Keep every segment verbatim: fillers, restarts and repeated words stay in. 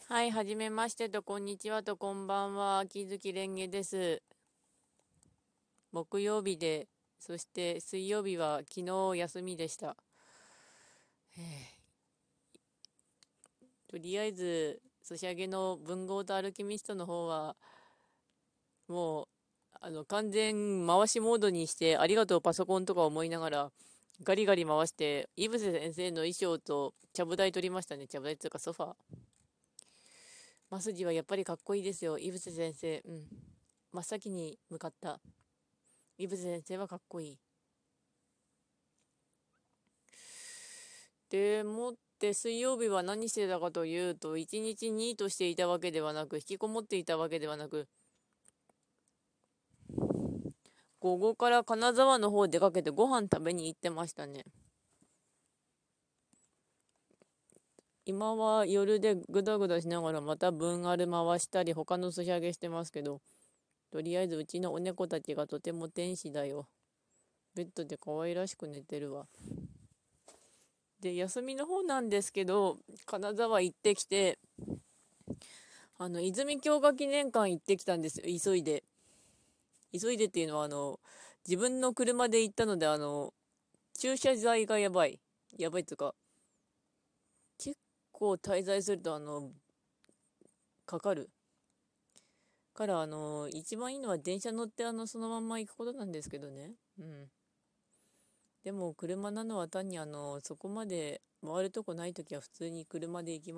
はい、はじめましてと、こんにちはと、こんばんは。秋月蓮華です。木曜日で、そして水曜日は昨日休みでした。とりあえず、ソシャゲの文豪とアルケミストの方は、もう、あの、完全回しモードにして、ありがとうパソコンとか思いながら、ガリガリ回して、イブセ先生の衣装と、ちゃぶ台取りましたね。ちゃぶ台っていうかソファー。マスジはやっぱりかっこいいですよ。イブセ先生。うん。真っ先に向かった。イブセ先生はかっこいい。でもって水曜日は何してたかというと、一日ニートしていたわけではなく、引きこもっていたわけではなく、午後から金沢の方出かけてご飯食べに行ってましたね。今は夜でぐだぐだしながらまた分ある回したり他のソシャゲしてますけど、とりあえずうちのお猫たちがとても天使だよ。ベッドで可愛らしく寝てるわ。で、休みの方なんですけど、金沢行ってきて、あの、泉鏡花記念館行ってきたんですよ、急いで。急いでっていうのは、あの、自分の車で行ったので、あの、駐車代がやばい。やばいっていうか、結構滞在すると、あの、かかる。から、あの、一番いいのは電車乗って、あの、そのまんま行くことなんですけどね。うん。でも、車なのは単に、あの、そこまで回るとこないときは普通に車で行きます。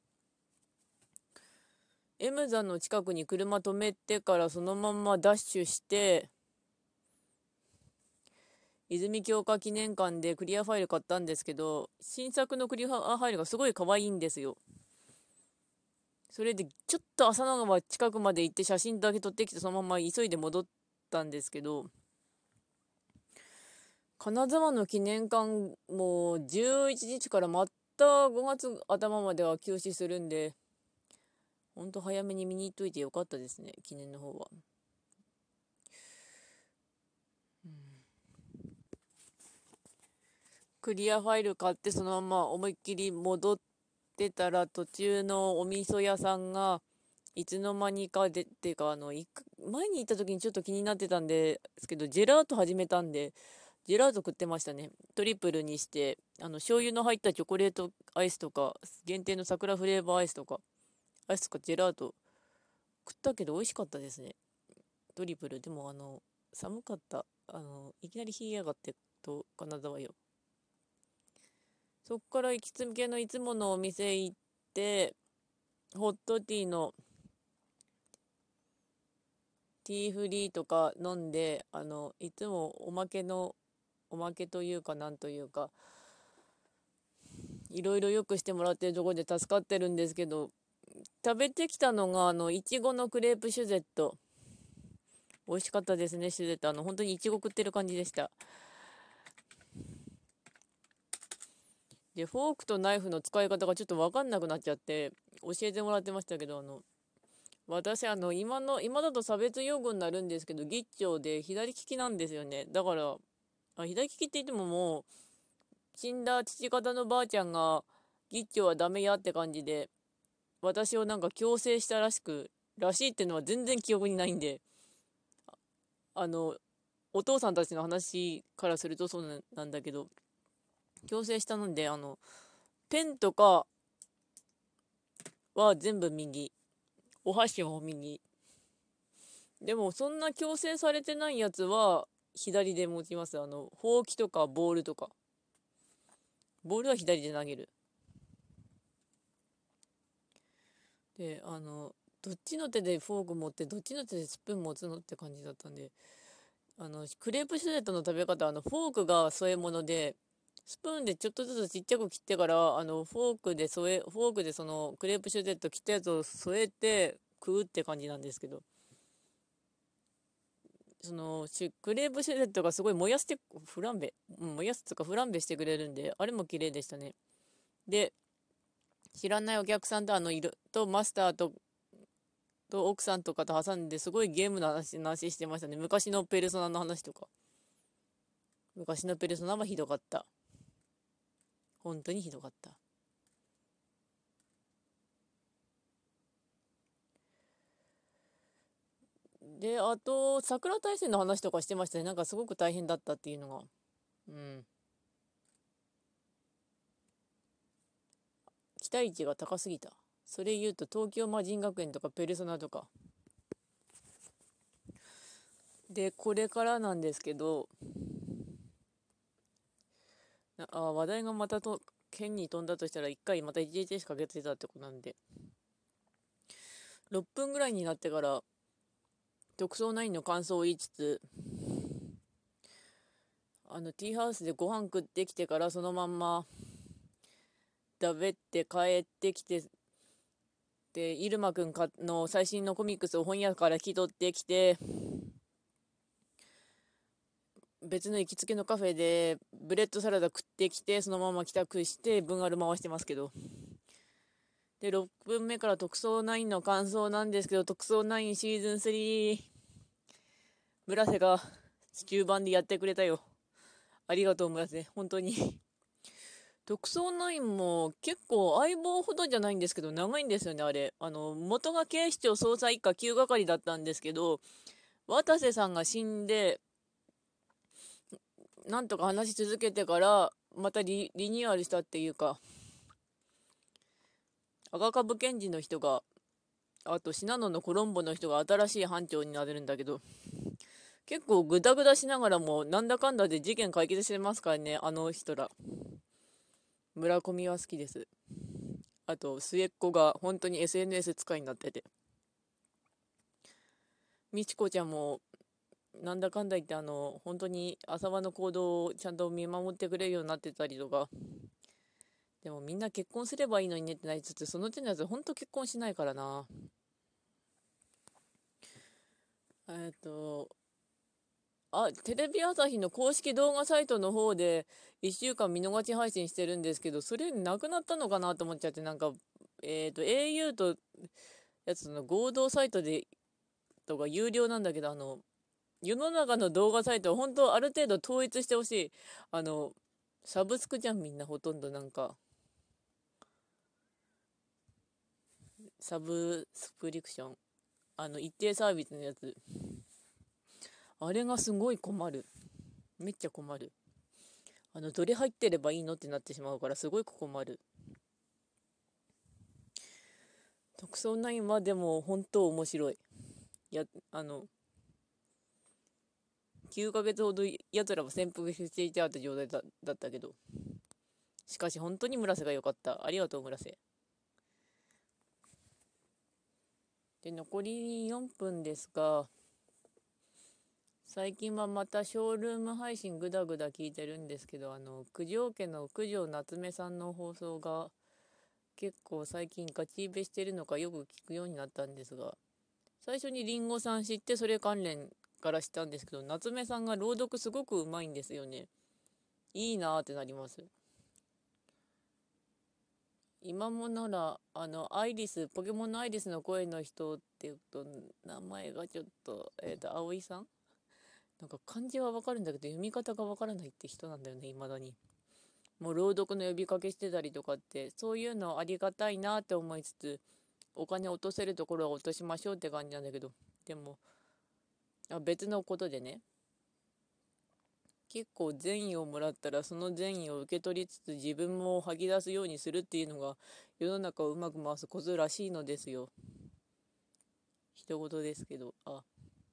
エムザの近くに車止めてからそのまんまダッシュして、泉鏡花記念館でクリアファイル買ったんですけど、新作のクリアファイルがすごい可愛いんですよ。それでちょっと浅野川近くまで行って写真だけ撮ってきてそのまま急いで戻ったんですけど、金沢の記念館もじゅういちにちからまたごがつ頭までは休止するんで、ほんと早めに見に行っといてよかったですね、記念の方は。クリアファイル買ってそのまま思いっきり戻ってたら途中のお味噌屋さんがいつの間にかでっていうかあの行く前に行った時にちょっと気になってたんですけど、ジェラート始めたんでジェラート食ってましたね。トリプルにしてあの醤油の入ったチョコレートアイスとか限定の桜フレーバーアイスとかアイスとかジェラート食ったけど美味しかったですね。トリプルでもあの寒かった。あのいきなり冷えやがってと金沢よ。そっから行きつけのいつものお店行って、ホットティーのティーフリーとか飲んで、あの、いつもおまけの、おまけというかなんというか、いろいろよくしてもらってるところで助かってるんですけど、食べてきたのが、あの、いちごのクレープシュゼット。美味しかったですね、シュゼット。あの、本当にいちご食ってる感じでした。で、フォークとナイフの使い方がちょっとわかんなくなっちゃって、教えてもらってましたけど、あの、私、あの、今の、今だと差別用語になるんですけど、ギッチョウで左利きなんですよね。だから、あ、左利きって言ってももう、死んだ父方のばあちゃんが、ギッチョウはダメやって感じで、私をなんか強制したらしく、らしいっていうのは全然記憶にないんで、あの、お父さんたちの話からするとそうななんだけど、強制したので、あの、ペンとかは全部右、お箸も右。でも、そんな強制されてないやつは、左で持ちます。あの、ほうきとかボールとか。ボールは左で投げる。で、あの、どっちの手でフォーク持って、どっちの手でスプーン持つのって感じだったんで、あの、クレープシュレットの食べ方は、あの、フォークが添え物で、スプーンでちょっとずつちっちゃく切ってから、あの、フォークで添え、フォークでその、クレープシュレット切ったやつを添えて食うって感じなんですけど、その、シクレープシュレットがすごい燃やして、フランベ、うん、燃やすとかフランベしてくれるんで、あれも綺麗でしたね。で、知らないお客さんとあの、いる、とマスターと、と奥さんとかと挟んですごいゲームの話、話してましたね。昔のペルソナの話とか。昔のペルソナはひどかった。本当にひどかった。 で、あと、桜大戦の話とかしてましたね。なんかすごく大変だったっていうのが。うん。期待値が高すぎた。それ言うと、東京魔人学園とかペルソナとか。で、これからなんですけど、あ、話題がまたと、県に飛んだとしたら、いっかいまた エイチエイチエス かけてたってことなんで、ろっぷんぐらいになってから、特捜ナインの感想を言いつつ、あの、ティーハウスでご飯食ってきてから、そのまんま、食べて帰ってきて、で、イルマくんかの最新のコミックスを本屋から引き取ってきて、別の行きつけのカフェでブレッドサラダ食ってきて、そのまま帰宅して文ある回してますけど。で、ろっぷんめから特捜ナインの感想なんですけど、特捜ナインシーズンスリー、村瀬が中盤でやってくれたよ。ありがとう村瀬。本当に。特捜ナインも結構相棒ほどじゃないんですけど、長いんですよね、あれ。あの、元が警視庁捜査一課きゅう係だったんですけど、渡瀬さんが死んで、なんとか話し続けてから、またリ、リニューアルしたっていうか、赤株検事の人が、あと信濃のコロンボの人が新しい班長になれるんだけど、結構グダグダしながらも、なんだかんだで事件解決してますからね、あの人ら。村上は好きです。あと、末っ子が本当に エスエヌエス 使いになってて。みちこちゃんも、なんだかんだ言って、あの、本当に浅場の行動をちゃんと見守ってくれるようになってたりとか、でもみんな結婚すればいいのにねってなりつつ、その手のやつ本当結婚しないからな。えっと、あ、テレビ朝日の公式動画サイトの方でいっしゅうかん見逃し配信してるんですけど、それなくなったのかなと思っちゃって、なんか、えっと、エーユー とやつの合同サイトで、とか有料なんだけど、あの、世の中の動画サイトは本当ある程度統一してほしい。あの、サブスクじゃんみんなほとんどなんか、サブスクリプション。あの、一定サービスのやつ。あれがすごい困る。めっちゃ困る。あの、どれ入ってればいいのってなってしまうからすごい困る。特捜ナインはでも本当面白い。や、あの、きゅうかげつほど奴らは潜伏していたって状態だ、だったけど。しかし本当に村瀬が良かった。ありがとう村瀬。で、残りよんぷんですが、最近はまたショールーム配信グダグダ聞いてるんですけど、あの、九条家の九条夏目さんの放送が結構最近ガチイベしてるのかよく聞くようになったんですが、最初にリンゴさん知ってそれ関連から知ったんですけど、夏目さんが朗読すごくうまいんですよね。いいなーってなります。今もなら、あの、アイリス、ポケモンのアイリスの声の人って言うと、名前がちょっと、えっと、葵さんなんか漢字はわかるんだけど、読み方がわからないって人なんだよね、未だに。もう朗読の呼びかけしてたりとかって、そういうのありがたいなって思いつつ、お金落とせるところは落としましょうって感じなんだけど、でも、あ別のことでね、結構善意をもらったらその善意を受け取りつつ自分も吐き出すようにするっていうのが世の中をうまく回すコツらしいのですよ。一言ですけど。あ、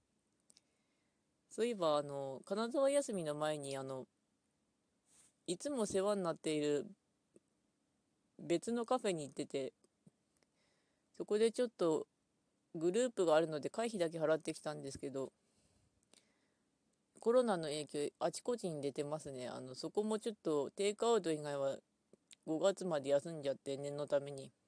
そういえばあの、金沢休みの前にあの、いつも世話になっている別のカフェに行ってて、そこでちょっとグループがあるので会費だけ払ってきたんですけど、コロナの影響あちこちに出てますね。あの、そこもちょっとテイクアウト以外はごがつまで休んじゃって念のために。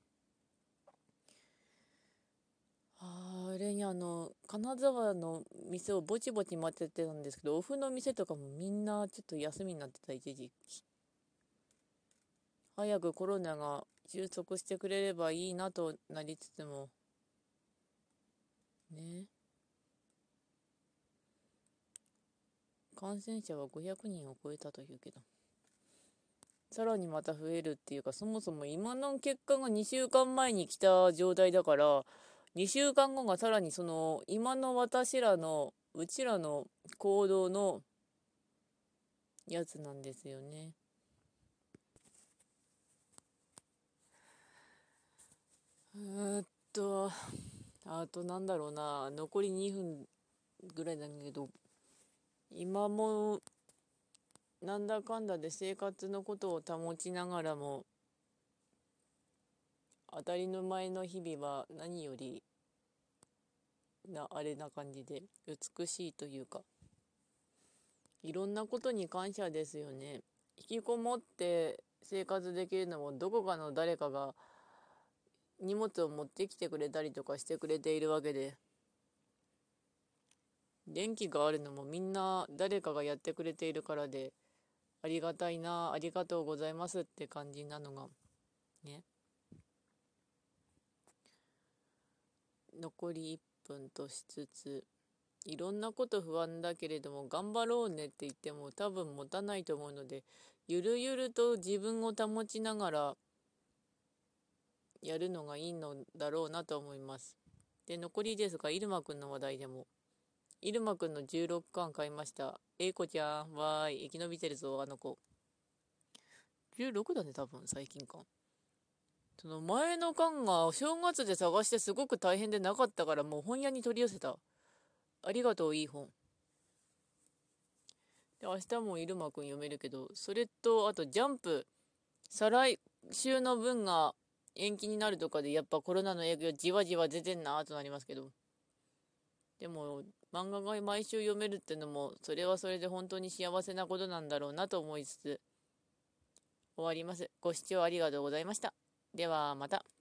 あれにあの、金沢の店をぼちぼち待っててたんですけど、オフの店とかもみんなちょっと休みになってた一時期。早くコロナが収束してくれればいいなとなりつつも、ね。感染者はごひゃくにんを超えたというけど。さらにまた増えるっていうか、そもそも今の結果がにしゅうかんまえに来た状態だから、 にしゅうかんごがさらにその今の私らのうちらの行動のやつなんですよね。うーっとあとなんだろうな、残りにふんぐらいなんだけど、今もなんだかんだで生活のことを保ちながらも、当たりの前の日々は何よりなあれな感じで美しいというか、いろんなことに感謝ですよね。引きこもって生活できるのも、どこかの誰かが荷物を持ってきてくれたりとかしてくれているわけで、電気があるのもみんな誰かがやってくれているからで、ありがたいな、ありがとうございますって感じなのがね。残りいっぷんとしつつ、いろんなこと不安だけれども頑張ろうねって言っても多分持たないと思うので、ゆるゆると自分を保ちながらやるのがいいのだろうなと思います。で、残りですが、イルマくんの話題でも、イルマくんのじゅうろっかん買いました。えいこちゃん、わーい、生き延びてるぞ、あの子。じゅうろくだね、多分、最近か。その前の巻が正月で探してすごく大変でなかったから、もう本屋に取り寄せた。ありがとう、いい本。で、明日もイルマくん読めるけど、それと、あとジャンプ、再来週の分が延期になるとかで、やっぱコロナの影響じわじわ出てんなーとなりますけど。でも、漫画が毎週読めるってのも、それはそれで本当に幸せなことなんだろうなと思いつつ、終わります。ご視聴ありがとうございました。では、また。